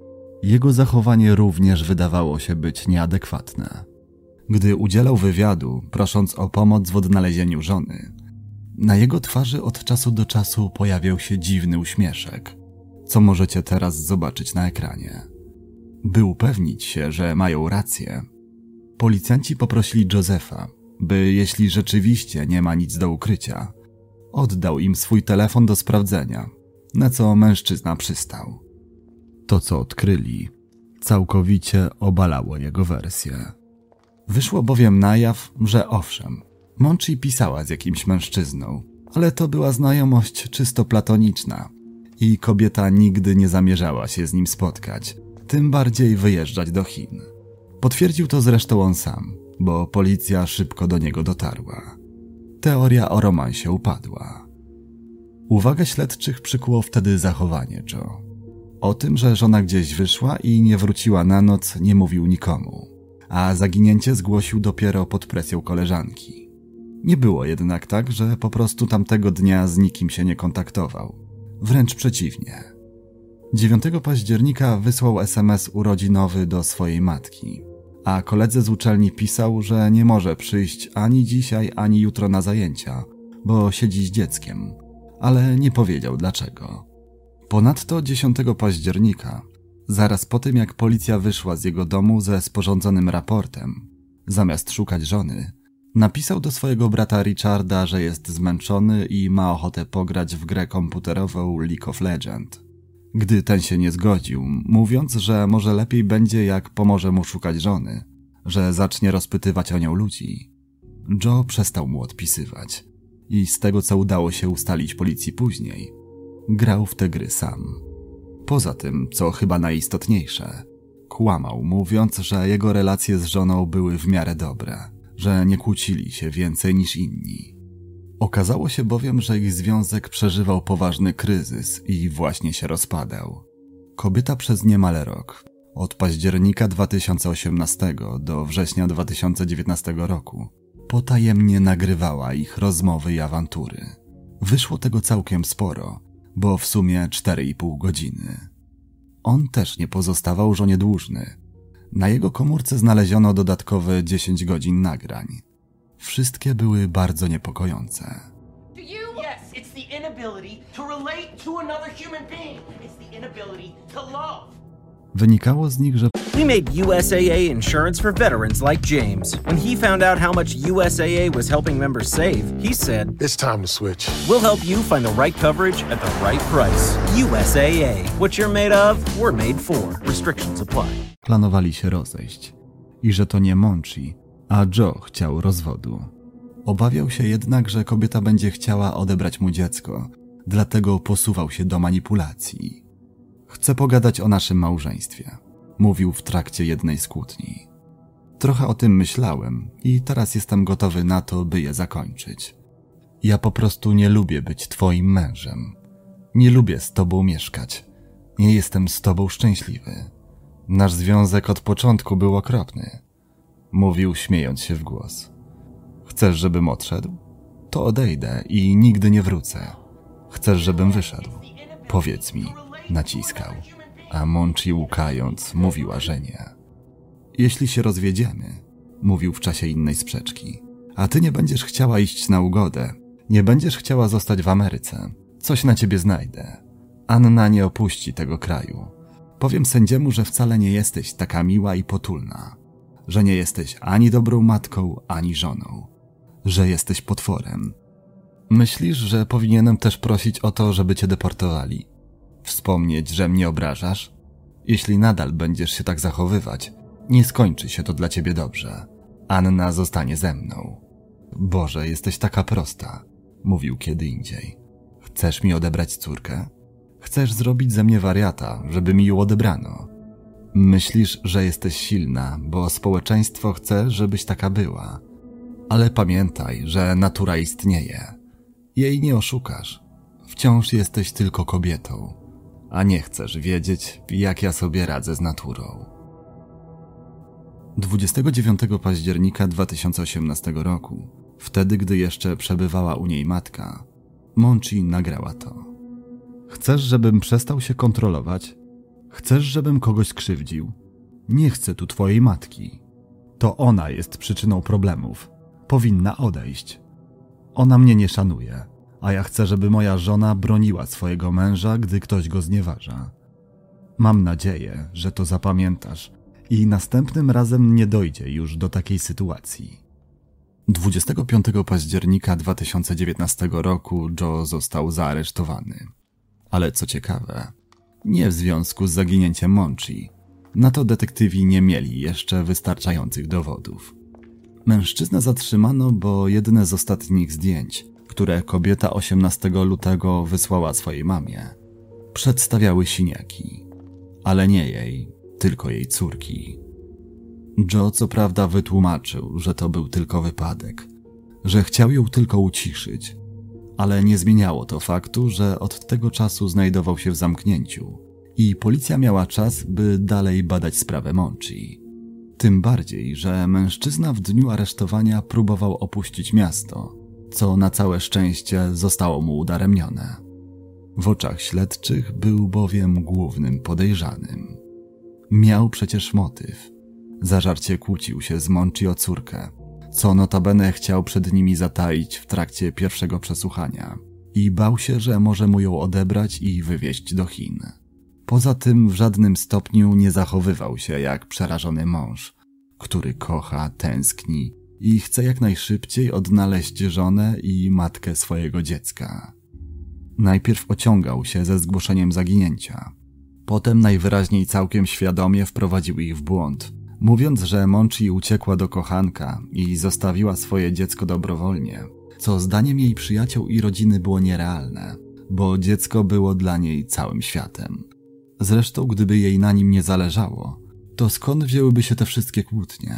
Jego zachowanie również wydawało się być nieadekwatne. Gdy udzielał wywiadu, prosząc o pomoc w odnalezieniu żony, na jego twarzy od czasu do czasu pojawiał się dziwny uśmieszek, co możecie teraz zobaczyć na ekranie. By upewnić się, że mają rację, policjanci poprosili Josepha, by jeśli rzeczywiście nie ma nic do ukrycia, oddał im swój telefon do sprawdzenia, na co mężczyzna przystał. To, co odkryli, całkowicie obalało jego wersję. Wyszło bowiem na jaw, że owszem, Monchi pisała z jakimś mężczyzną, ale to była znajomość czysto platoniczna i kobieta nigdy nie zamierzała się z nim spotkać, tym bardziej wyjeżdżać do Chin. Potwierdził to zresztą on sam, bo policja szybko do niego dotarła. Teoria o romansie upadła. Uwagę śledczych przykuło wtedy zachowanie Joe. O tym, że żona gdzieś wyszła i nie wróciła na noc, nie mówił nikomu, a zaginięcie zgłosił dopiero pod presją koleżanki. Nie było jednak tak, że po prostu tamtego dnia z nikim się nie kontaktował. Wręcz przeciwnie. dziewiątego października wysłał es em es urodzinowy do swojej matki, a koledze z uczelni pisał, że nie może przyjść ani dzisiaj, ani jutro na zajęcia, bo siedzi z dzieckiem, ale nie powiedział dlaczego. Ponadto dziesiątego października, zaraz po tym jak policja wyszła z jego domu ze sporządzonym raportem, zamiast szukać żony, napisał do swojego brata Richarda, że jest zmęczony i ma ochotę pograć w grę komputerową League of Legends. Gdy ten się nie zgodził, mówiąc, że może lepiej będzie jak pomoże mu szukać żony, że zacznie rozpytywać o nią ludzi, Joe przestał mu odpisywać i z tego co udało się ustalić policji później, grał w te gry sam. Poza tym, co chyba najistotniejsze, kłamał, mówiąc, że jego relacje z żoną były w miarę dobre, że nie kłócili się więcej niż inni. Okazało się bowiem, że ich związek przeżywał poważny kryzys i właśnie się rozpadał. Kobieta przez niemal rok, od października dwa tysiące osiemnastego do września dwa tysiące dziewiętnastego roku, Potajemnie nagrywała ich rozmowy i awantury. Wyszło tego całkiem sporo, bo w sumie cztery i pół godziny. On też nie pozostawał żonie dłużny. Na jego komórce znaleziono dodatkowe dziesięć godzin nagrań. Wszystkie były bardzo niepokojące. Yes, it's the inability to relate to another human being. It's the inability to love. Wynikało z nich, że We made U S A A insurance for veterans like James. When he found out how much U S A A was helping members save, he said, It's time to switch. we'll help you find the right coverage at the right price. U S A A. What you're made of, we're made for. Restrictions apply. planowali się rozejść i że to nie Monchi, a Joe chciał rozwodu. Obawiał się jednak, że kobieta będzie chciała odebrać mu dziecko, dlatego posuwał się do manipulacji. Chcę pogadać o naszym małżeństwie, mówił w trakcie jednej z kłótni. Trochę o tym myślałem i teraz jestem gotowy na to, by je zakończyć. Ja po prostu nie lubię być twoim mężem. Nie lubię z tobą mieszkać. Nie jestem z tobą szczęśliwy. Nasz związek od początku był okropny. Mówił, śmiejąc się w głos. Chcesz, żebym odszedł? To odejdę i nigdy nie wrócę. Chcesz, żebym wyszedł? Powiedz mi, naciskał. A Monchi łukając, mówiła, że nie. Jeśli się rozwiedziemy, mówił w czasie innej sprzeczki, a ty nie będziesz chciała iść na ugodę, nie będziesz chciała zostać w Ameryce, coś na ciebie znajdę. Anna nie opuści tego kraju. Powiem sędziemu, że wcale nie jesteś taka miła i potulna, że nie jesteś ani dobrą matką, ani żoną, że jesteś potworem. Myślisz, że powinienem też prosić o to, żeby cię deportowali? Wspomnieć, że mnie obrażasz? Jeśli nadal będziesz się tak zachowywać, nie skończy się to dla ciebie dobrze. Anna zostanie ze mną. Boże, jesteś taka prosta, mówił kiedy indziej. Chcesz mi odebrać córkę? Chcesz zrobić ze mnie wariata, żeby mi ją odebrano. Myślisz, że jesteś silna, bo społeczeństwo chce, żebyś taka była. Ale pamiętaj, że natura istnieje. Jej nie oszukasz. Wciąż jesteś tylko kobietą, a nie chcesz wiedzieć, jak ja sobie radzę z naturą. dwudziestego dziewiątego października dwa tysiące osiemnastego roku, wtedy gdy jeszcze przebywała u niej matka, Monchi nagrała to. Chcesz, żebym przestał się kontrolować? Chcesz, żebym kogoś skrzywdził? Nie chcę tu twojej matki. To ona jest przyczyną problemów. Powinna odejść. Ona mnie nie szanuje, a ja chcę, żeby moja żona broniła swojego męża, gdy ktoś go znieważa. Mam nadzieję, że to zapamiętasz i następnym razem nie dojdzie już do takiej sytuacji. dwudziestego piątego października dwa tysiące dziewiętnastego roku Joe został zaaresztowany. Ale co ciekawe, nie w związku z zaginięciem Monchi. Na to detektywi nie mieli jeszcze wystarczających dowodów. Mężczyznę zatrzymano, bo jedne z ostatnich zdjęć, które kobieta osiemnastego lutego wysłała swojej mamie, przedstawiały siniaki, ale nie jej, tylko jej córki. Joe co prawda wytłumaczył, że to był tylko wypadek, że chciał ją tylko uciszyć, ale nie zmieniało to faktu, że od tego czasu znajdował się w zamknięciu i policja miała czas, by dalej badać sprawę Monchi. Tym bardziej, że mężczyzna w dniu aresztowania próbował opuścić miasto, co na całe szczęście zostało mu udaremnione. W oczach śledczych był bowiem głównym podejrzanym. Miał przecież motyw. Zażarcie kłócił się z Monchi o córkę, co notabene chciał przed nimi zataić w trakcie pierwszego przesłuchania i bał się, że może mu ją odebrać i wywieźć do Chin. Poza tym w żadnym stopniu nie zachowywał się jak przerażony mąż, który kocha, tęskni i chce jak najszybciej odnaleźć żonę i matkę swojego dziecka. Najpierw ociągał się ze zgłoszeniem zaginięcia. Potem najwyraźniej całkiem świadomie wprowadził ich w błąd, mówiąc, że Monchi uciekła do kochanka i zostawiła swoje dziecko dobrowolnie, co zdaniem jej przyjaciół i rodziny było nierealne, bo dziecko było dla niej całym światem. Zresztą gdyby jej na nim nie zależało, to skąd wzięłyby się te wszystkie kłótnie?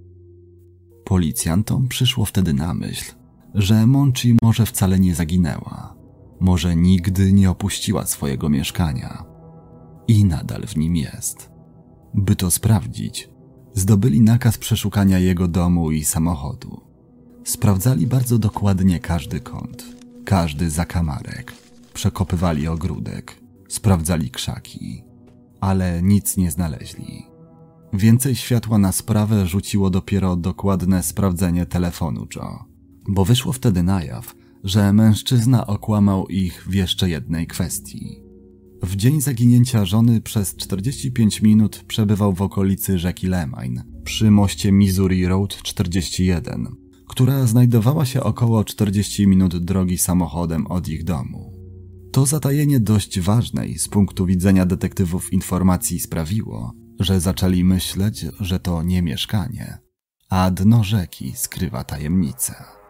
Policjantom przyszło wtedy na myśl, że Monchi może wcale nie zaginęła, może nigdy nie opuściła swojego mieszkania i nadal w nim jest. By to sprawdzić, zdobyli nakaz przeszukania jego domu i samochodu. Sprawdzali bardzo dokładnie każdy kąt, każdy zakamarek. Przekopywali ogródek, sprawdzali krzaki, ale nic nie znaleźli. Więcej światła na sprawę rzuciło dopiero dokładne sprawdzenie telefonu Joe, bo wyszło wtedy na jaw, że mężczyzna okłamał ich w jeszcze jednej kwestii. W dzień zaginięcia żony przez czterdzieści pięć minut przebywał w okolicy rzeki Lemine, przy moście Missouri Road czterdzieści jeden, która znajdowała się około czterdzieści minut drogi samochodem od ich domu. To zatajenie dość ważnej z punktu widzenia detektywów informacji sprawiło, że zaczęli myśleć, że to nie mieszkanie, a dno rzeki skrywa tajemnicę.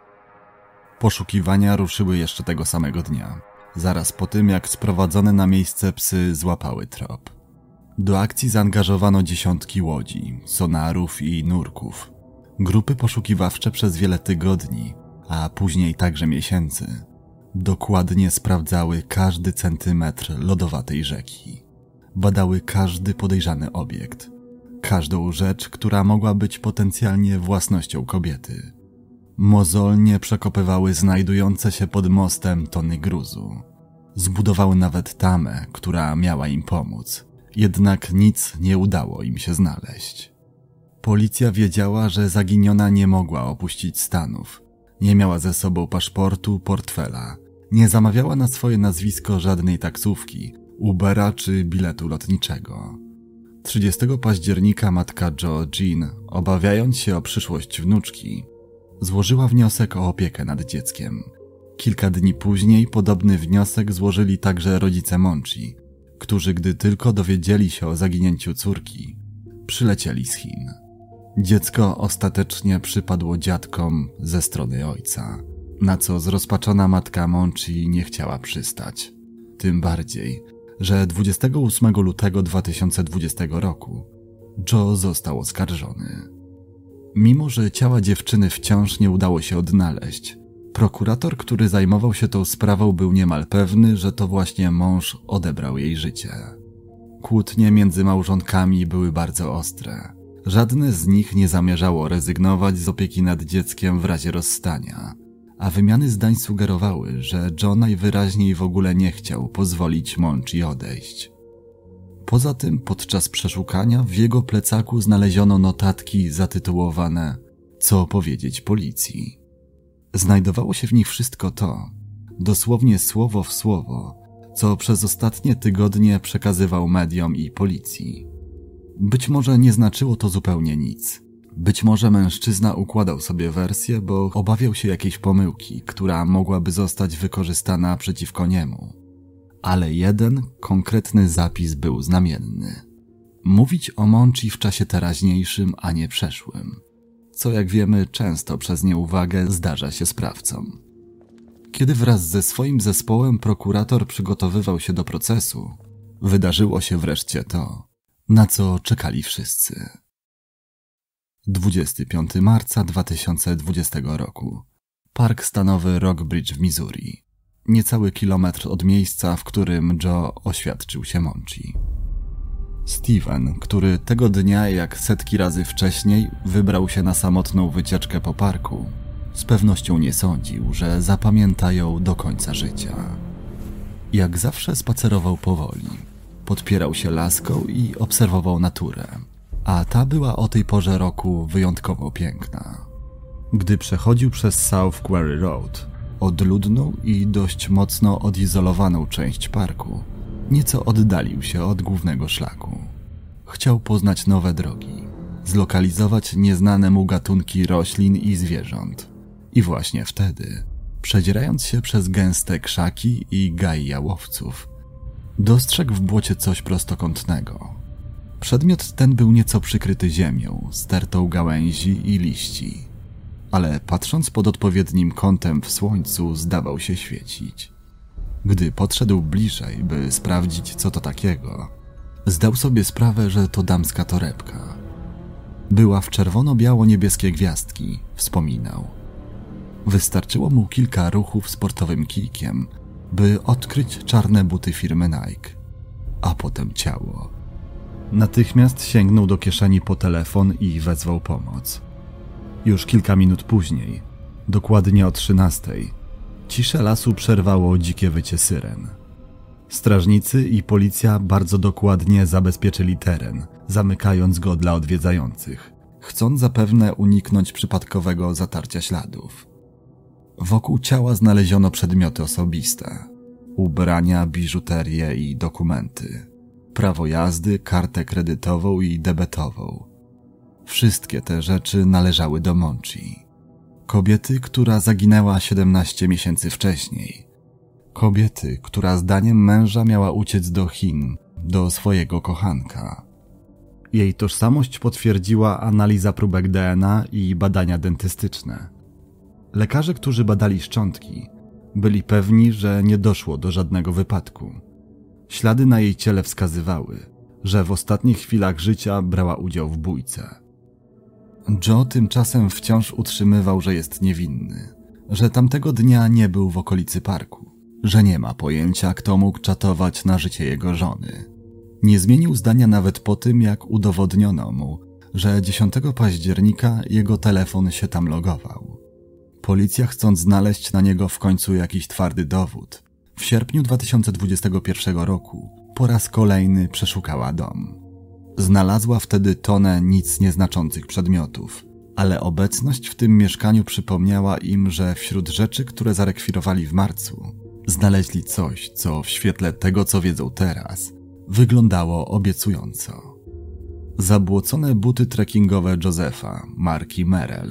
Poszukiwania ruszyły jeszcze tego samego dnia, zaraz po tym jak sprowadzone na miejsce psy złapały trop. Do akcji zaangażowano dziesiątki łodzi, sonarów i nurków. Grupy poszukiwawcze przez wiele tygodni, a później także miesięcy, dokładnie sprawdzały każdy centymetr lodowatej rzeki. Badały każdy podejrzany obiekt, każdą rzecz, która mogła być potencjalnie własnością kobiety. Mozolnie przekopywały znajdujące się pod mostem tony gruzu. Zbudowały nawet tamę, która miała im pomóc, jednak nic nie udało im się znaleźć. Policja wiedziała, że zaginiona nie mogła opuścić Stanów. Nie miała ze sobą paszportu, portfela. Nie zamawiała na swoje nazwisko żadnej taksówki, Ubera czy biletu lotniczego. trzydziestego października matka Joe Jean, obawiając się o przyszłość wnuczki, złożyła wniosek o opiekę nad dzieckiem. Kilka dni później podobny wniosek złożyli także rodzice Monchi, którzy gdy tylko dowiedzieli się o zaginięciu córki, przylecieli z Chin. Dziecko ostatecznie przypadło dziadkom ze strony ojca, na co zrozpaczona matka Monchi nie chciała przystać. Tym bardziej, że dwudziestego ósmego lutego dwa tysiące dwudziestego roku Joe został oskarżony. Mimo że ciała dziewczyny wciąż nie udało się odnaleźć, prokurator, który zajmował się tą sprawą, był niemal pewny, że to właśnie mąż odebrał jej życie. Kłótnie między małżonkami były bardzo ostre. Żadne z nich nie zamierzało rezygnować z opieki nad dzieckiem w razie rozstania, a wymiany zdań sugerowały, że Joe najwyraźniej w ogóle nie chciał pozwolić Monchi odejść. Poza tym podczas przeszukania w jego plecaku znaleziono notatki zatytułowane „Co powiedzieć policji”. Znajdowało się w nich wszystko to, dosłownie słowo w słowo, co przez ostatnie tygodnie przekazywał mediom i policji. Być może nie znaczyło to zupełnie nic. Być może mężczyzna układał sobie wersję, bo obawiał się jakiejś pomyłki, która mogłaby zostać wykorzystana przeciwko niemu. Ale jeden konkretny zapis był znamienny. Mówić o Monchi w czasie teraźniejszym, a nie przeszłym, co jak wiemy często przez nieuwagę zdarza się sprawcom. Kiedy wraz ze swoim zespołem prokurator przygotowywał się do procesu, wydarzyło się wreszcie to, na co czekali wszyscy. dwudziestego piątego marca dwa tysiące dwudziestego roku. Park stanowy Rockbridge w Missouri. Niecały kilometr od miejsca, w którym Joe oświadczył się Monchi. Steven, który tego dnia jak setki razy wcześniej wybrał się na samotną wycieczkę po parku, z pewnością nie sądził, że zapamięta ją do końca życia. Jak zawsze spacerował powoli, podpierał się laską i obserwował naturę, a ta była o tej porze roku wyjątkowo piękna. Gdy przechodził przez South Quarry Road, odludną i dość mocno odizolowaną część parku, nieco oddalił się od głównego szlaku. Chciał poznać nowe drogi, zlokalizować nieznane mu gatunki roślin i zwierząt. I właśnie wtedy, przedzierając się przez gęste krzaki i gaje jałowców, dostrzegł w błocie coś prostokątnego. Przedmiot ten był nieco przykryty ziemią, stertą gałęzi i liści, ale patrząc pod odpowiednim kątem w słońcu zdawał się świecić. Gdy podszedł bliżej, by sprawdzić co to takiego, zdał sobie sprawę, że to damska torebka. Była w czerwono-biało-niebieskie gwiazdki, wspominał. Wystarczyło mu kilka ruchów sportowym kijkiem, by odkryć czarne buty firmy Nike, a potem ciało. Natychmiast sięgnął do kieszeni po telefon i wezwał pomoc. Już kilka minut później dokładnie o trzynastej, ciszę lasu przerwało dzikie wycie syren. Strażnicy i policja bardzo dokładnie zabezpieczyli teren, zamykając go dla odwiedzających, chcąc zapewne uniknąć przypadkowego zatarcia śladów. Wokół ciała znaleziono przedmioty osobiste, ubrania, biżuterię i dokumenty, prawo jazdy, kartę kredytową i debetową. Wszystkie te rzeczy należały do Monchi, kobiety, która zaginęła siedemnaście miesięcy wcześniej. Kobiety, która zdaniem męża miała uciec do Chin, do swojego kochanka. Jej tożsamość potwierdziła analiza próbek D N A i badania dentystyczne. Lekarze, którzy badali szczątki, byli pewni, że nie doszło do żadnego wypadku. Ślady na jej ciele wskazywały, że w ostatnich chwilach życia brała udział w bójce. Joe tymczasem wciąż utrzymywał, że jest niewinny, że tamtego dnia nie był w okolicy parku, że nie ma pojęcia, kto mógł czatować na życie jego żony. Nie zmienił zdania nawet po tym, jak udowodniono mu, że dziesiątego października jego telefon się tam logował. Policja, chcąc znaleźć na niego w końcu jakiś twardy dowód, w sierpniu dwa tysiące dwudziestego pierwszego roku po raz kolejny przeszukała dom. Znalazła wtedy tonę nic nieznaczących przedmiotów, ale obecność w tym mieszkaniu przypomniała im, że wśród rzeczy, które zarekwirowali w marcu, znaleźli coś, co w świetle tego, co wiedzą teraz, wyglądało obiecująco. Zabłocone buty trekkingowe Josepha, marki Merrell.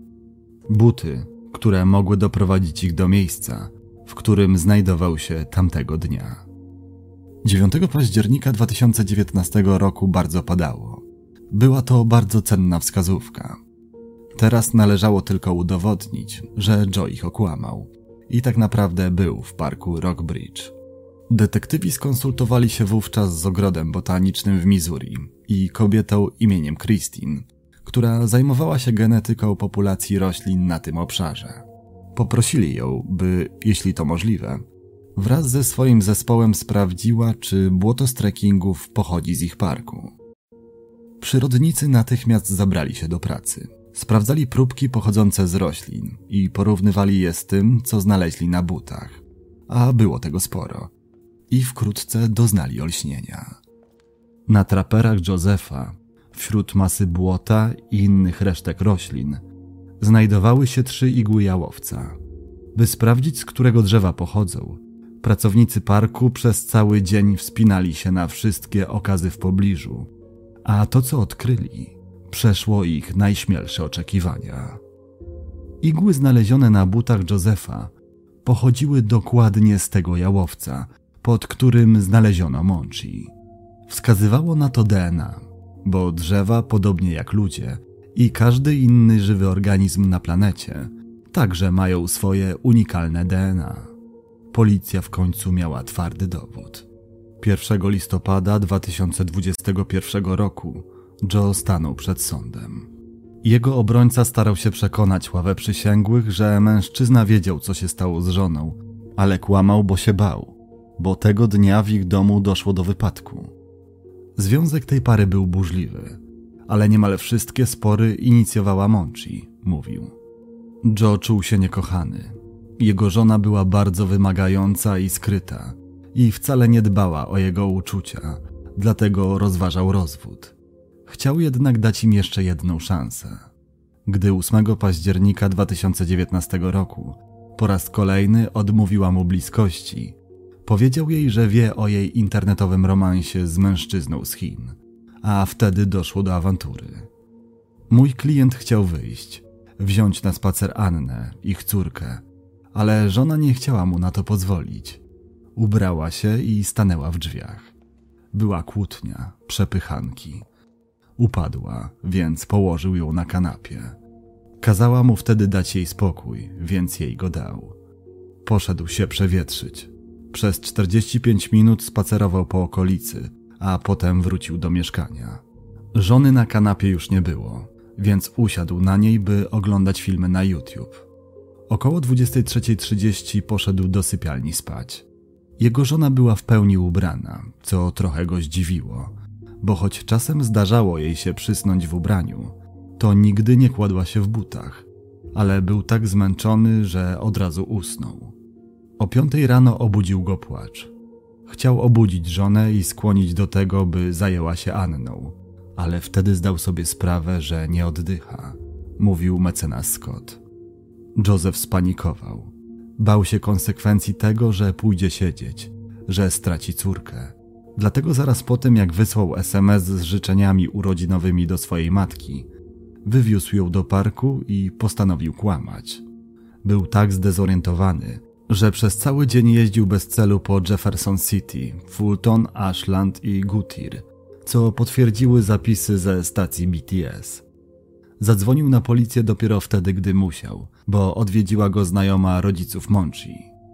Buty, które mogły doprowadzić ich do miejsca, w którym znajdował się tamtego dnia. dziewiątego października dwa tysiące dziewiętnastego roku bardzo padało. Była to bardzo cenna wskazówka. Teraz należało tylko udowodnić, że Joe ich okłamał i tak naprawdę był w parku Rockbridge. Detektywi skonsultowali się wówczas z ogrodem botanicznym w Missouri i kobietą imieniem Christine, która zajmowała się genetyką populacji roślin na tym obszarze. Poprosili ją, by, jeśli to możliwe, wraz ze swoim zespołem sprawdziła, czy błoto z trekkingów pochodzi z ich parku. Przyrodnicy natychmiast zabrali się do pracy. Sprawdzali próbki pochodzące z roślin i porównywali je z tym, co znaleźli na butach, a było tego sporo, i wkrótce doznali olśnienia. Na traperach Josepha, wśród masy błota i innych resztek roślin, znajdowały się trzy igły jałowca. By sprawdzić, z którego drzewa pochodzą, pracownicy parku przez cały dzień wspinali się na wszystkie okazy w pobliżu, a to, co odkryli, przeszło ich najśmielsze oczekiwania. Igły znalezione na butach Josepha pochodziły dokładnie z tego jałowca, pod którym znaleziono Monchi. Wskazywało na to D N A, bo drzewa, podobnie jak ludzie i każdy inny żywy organizm na planecie, także mają swoje unikalne D N A. Policja w końcu miała twardy dowód. pierwszego listopada dwa tysiące dwudziestego pierwszego roku Joe stanął przed sądem. Jego obrońca starał się przekonać ławę przysięgłych, że mężczyzna wiedział, co się stało z żoną, ale kłamał, bo się bał, bo tego dnia w ich domu doszło do wypadku. Związek tej pary był burzliwy, ale niemal wszystkie spory inicjowała Monchi, mówił. Joe czuł się niekochany. Jego żona była bardzo wymagająca i skryta i wcale nie dbała o jego uczucia, dlatego rozważał rozwód. Chciał jednak dać im jeszcze jedną szansę. Gdy ósmego października dwa tysiące dziewiętnastego roku po raz kolejny odmówiła mu bliskości, powiedział jej, że wie o jej internetowym romansie z mężczyzną z Chin, a wtedy doszło do awantury. Mój klient chciał wyjść, wziąć na spacer Annę, ich córkę, ale żona nie chciała mu na to pozwolić. Ubrała się i stanęła w drzwiach. Była kłótnia, przepychanki. Upadła, więc położył ją na kanapie. Kazała mu wtedy dać jej spokój, więc jej go dał. Poszedł się przewietrzyć. Przez czterdzieści pięć minut spacerował po okolicy, a potem wrócił do mieszkania. Żony na kanapie już nie było, więc usiadł na niej, by oglądać filmy na YouTube. Około dwudziestej trzeciej trzydzieści poszedł do sypialni spać. Jego żona była w pełni ubrana, co trochę go zdziwiło, bo choć czasem zdarzało jej się przysnąć w ubraniu, to nigdy nie kładła się w butach, ale był tak zmęczony, że od razu usnął. O piątej rano obudził go płacz. Chciał obudzić żonę i skłonić do tego, by zajęła się Anną, ale wtedy zdał sobie sprawę, że nie oddycha, mówił mecenas Scott. Joseph spanikował. Bał się konsekwencji tego, że pójdzie siedzieć, że straci córkę. Dlatego zaraz po tym, jak wysłał es em es z życzeniami urodzinowymi do swojej matki, wywiózł ją do parku i postanowił kłamać. Był tak zdezorientowany, że przez cały dzień jeździł bez celu po Jefferson City, Fulton, Ashland i Goodyear, co potwierdziły zapisy ze stacji B T S. Zadzwonił na policję dopiero wtedy, gdy musiał, bo odwiedziła go znajoma rodziców Monchi.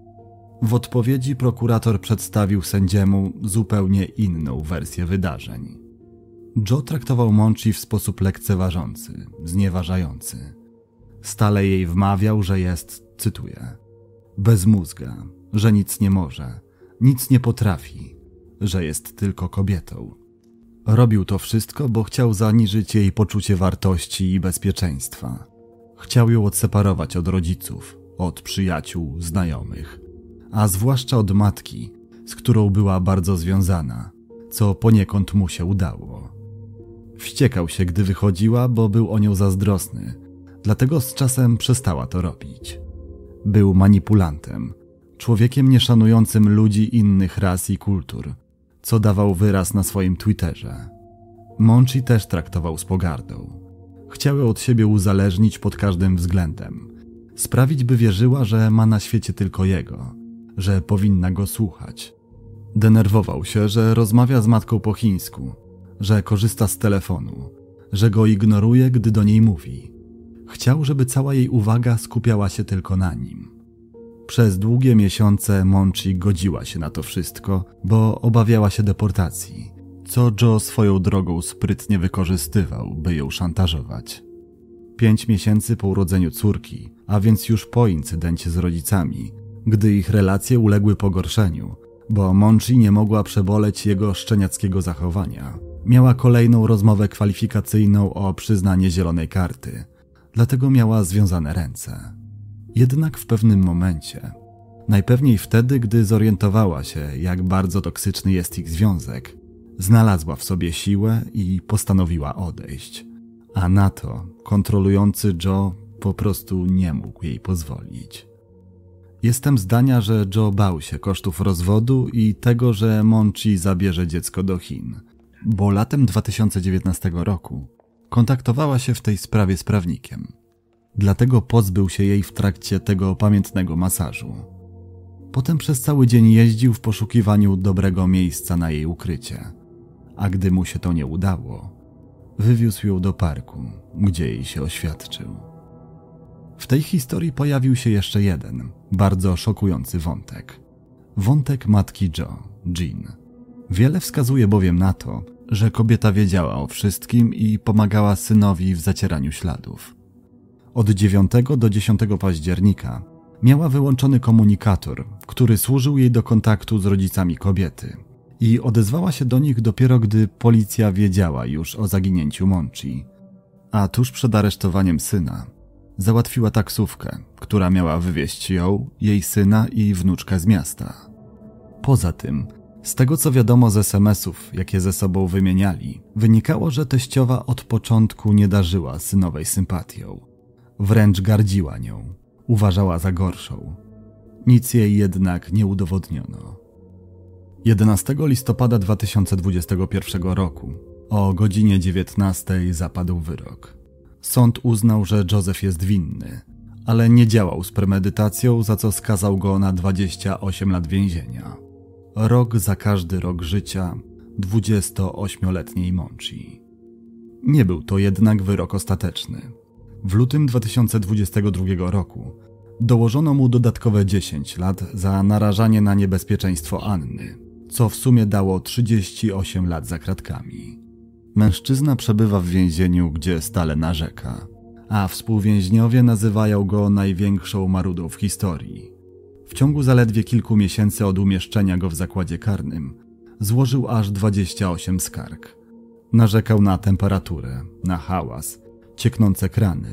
W odpowiedzi prokurator przedstawił sędziemu zupełnie inną wersję wydarzeń. Joe traktował Monchi w sposób lekceważący, znieważający. Stale jej wmawiał, że jest, cytuję, bez mózga, że nic nie może, nic nie potrafi, że jest tylko kobietą. Robił to wszystko, bo chciał zaniżyć jej poczucie wartości i bezpieczeństwa. Chciał ją odseparować od rodziców, od przyjaciół, znajomych, a zwłaszcza od matki, z którą była bardzo związana, co poniekąd mu się udało. Wściekał się, gdy wychodziła, bo był o nią zazdrosny, dlatego z czasem przestała to robić. Był manipulantem, człowiekiem nieszanującym ludzi innych ras i kultur, co dawał wyraz na swoim Twitterze. Monchi też traktował z pogardą. Chciał ją od siebie uzależnić pod każdym względem. Sprawić, by wierzyła, że ma na świecie tylko jego, że powinna go słuchać. Denerwował się, że rozmawia z matką po chińsku, że korzysta z telefonu, że go ignoruje, gdy do niej mówi. Chciał, żeby cała jej uwaga skupiała się tylko na nim. Przez długie miesiące Monchi godziła się na to wszystko, bo obawiała się deportacji, co Joe swoją drogą sprytnie wykorzystywał, by ją szantażować. Pięć miesięcy po urodzeniu córki, a więc już po incydencie z rodzicami, gdy ich relacje uległy pogorszeniu, bo Monchi nie mogła przeboleć jego szczeniackiego zachowania, miała kolejną rozmowę kwalifikacyjną o przyznanie zielonej karty, dlatego miała związane ręce. Jednak w pewnym momencie, najpewniej wtedy, gdy zorientowała się, jak bardzo toksyczny jest ich związek, znalazła w sobie siłę i postanowiła odejść. A na to kontrolujący Joe po prostu nie mógł jej pozwolić. Jestem zdania, że Joe bał się kosztów rozwodu i tego, że Monchi zabierze dziecko do Chin, bo latem dwa tysiące dziewiętnastego roku kontaktowała się w tej sprawie z prawnikiem. Dlatego pozbył się jej w trakcie tego pamiętnego masażu. Potem przez cały dzień jeździł w poszukiwaniu dobrego miejsca na jej ukrycie, a gdy mu się to nie udało, wywiózł ją do parku, gdzie jej się oświadczył. W tej historii pojawił się jeszcze jeden, bardzo szokujący wątek. Wątek matki Joe, Jean. Wiele wskazuje bowiem na to, że kobieta wiedziała o wszystkim i pomagała synowi w zacieraniu śladów. Od dziewiątego do dziesiątego października miała wyłączony komunikator, który służył jej do kontaktu z rodzicami kobiety i odezwała się do nich dopiero gdy policja wiedziała już o zaginięciu Monchi. A tuż przed aresztowaniem syna załatwiła taksówkę, która miała wywieźć ją, jej syna i wnuczkę z miasta. Poza tym, z tego co wiadomo z es em esów, jakie ze sobą wymieniali, wynikało, że teściowa od początku nie darzyła synowej sympatią. Wręcz gardziła nią, uważała za gorszą. Nic jej jednak nie udowodniono. jedenastego listopada dwa tysiące dwudziestego pierwszego roku o godzinie dziewiętnastej zapadł wyrok. Sąd uznał, że Joseph jest winny, ale nie działał z premedytacją, za co skazał go na dwadzieścia osiem lat więzienia. Rok za każdy rok życia dwudziestoośmioletniej Monchi. Nie był to jednak wyrok ostateczny. W lutym dwa tysiące dwudziestego drugiego roku dołożono mu dodatkowe dziesięć lat za narażanie na niebezpieczeństwo Anny, co w sumie dało trzydzieści osiem lat za kratkami. Mężczyzna przebywa w więzieniu, gdzie stale narzeka, a współwięźniowie nazywają go największą marudą w historii. W ciągu zaledwie kilku miesięcy od umieszczenia go w zakładzie karnym złożył aż dwadzieścia osiem skarg. Narzekał na temperaturę, na hałas, cieknące krany,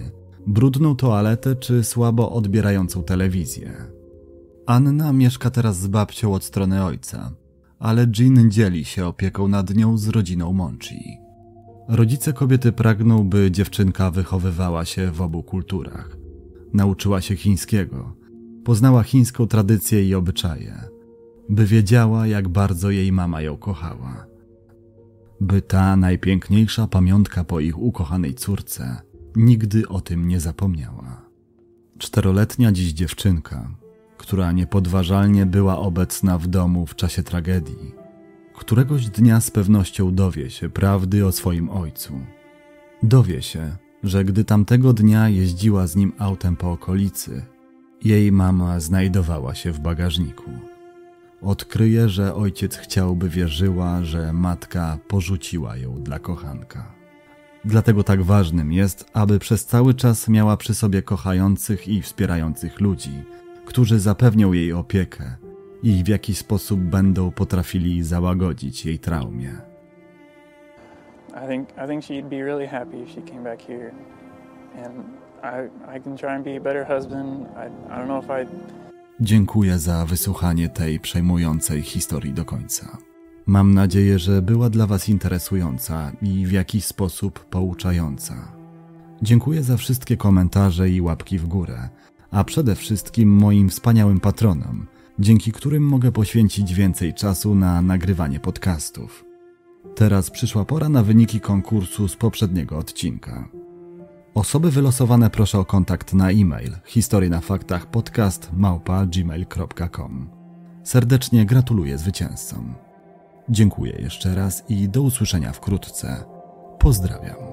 brudną toaletę czy słabo odbierającą telewizję. Anna mieszka teraz z babcią od strony ojca, ale Jean dzieli się opieką nad nią z rodziną Monchi. Rodzice kobiety pragną, by dziewczynka wychowywała się w obu kulturach. Nauczyła się chińskiego, poznała chińską tradycję i obyczaje, by wiedziała, jak bardzo jej mama ją kochała. By ta najpiękniejsza pamiątka po ich ukochanej córce nigdy o tym nie zapomniała. Czteroletnia dziś dziewczynka, która niepodważalnie była obecna w domu w czasie tragedii, któregoś dnia z pewnością dowie się prawdy o swoim ojcu. Dowie się, że gdy tamtego dnia jeździła z nim autem po okolicy, jej mama znajdowała się w bagażniku. Odkryje, że ojciec chciał, by wierzyła, że matka porzuciła ją dla kochanka. Dlatego tak ważnym jest, aby przez cały czas miała przy sobie kochających i wspierających ludzi, którzy zapewnią jej opiekę i w jakiś sposób będą potrafili załagodzić jej traumie. I think I think she'd be really happy if she came back here, and I I can try and be a better husband. I I don't know if I. Dziękuję za wysłuchanie tej przejmującej historii do końca. Mam nadzieję, że była dla Was interesująca i w jakiś sposób pouczająca. Dziękuję za wszystkie komentarze i łapki w górę, a przede wszystkim moim wspaniałym patronom, dzięki którym mogę poświęcić więcej czasu na nagrywanie podcastów. Teraz przyszła pora na wyniki konkursu z poprzedniego odcinka. Osoby wylosowane proszę o kontakt na e-mail historienafaktach podcast małpa gmail kropka com. Serdecznie gratuluję zwycięzcom. Dziękuję jeszcze raz i do usłyszenia wkrótce. Pozdrawiam.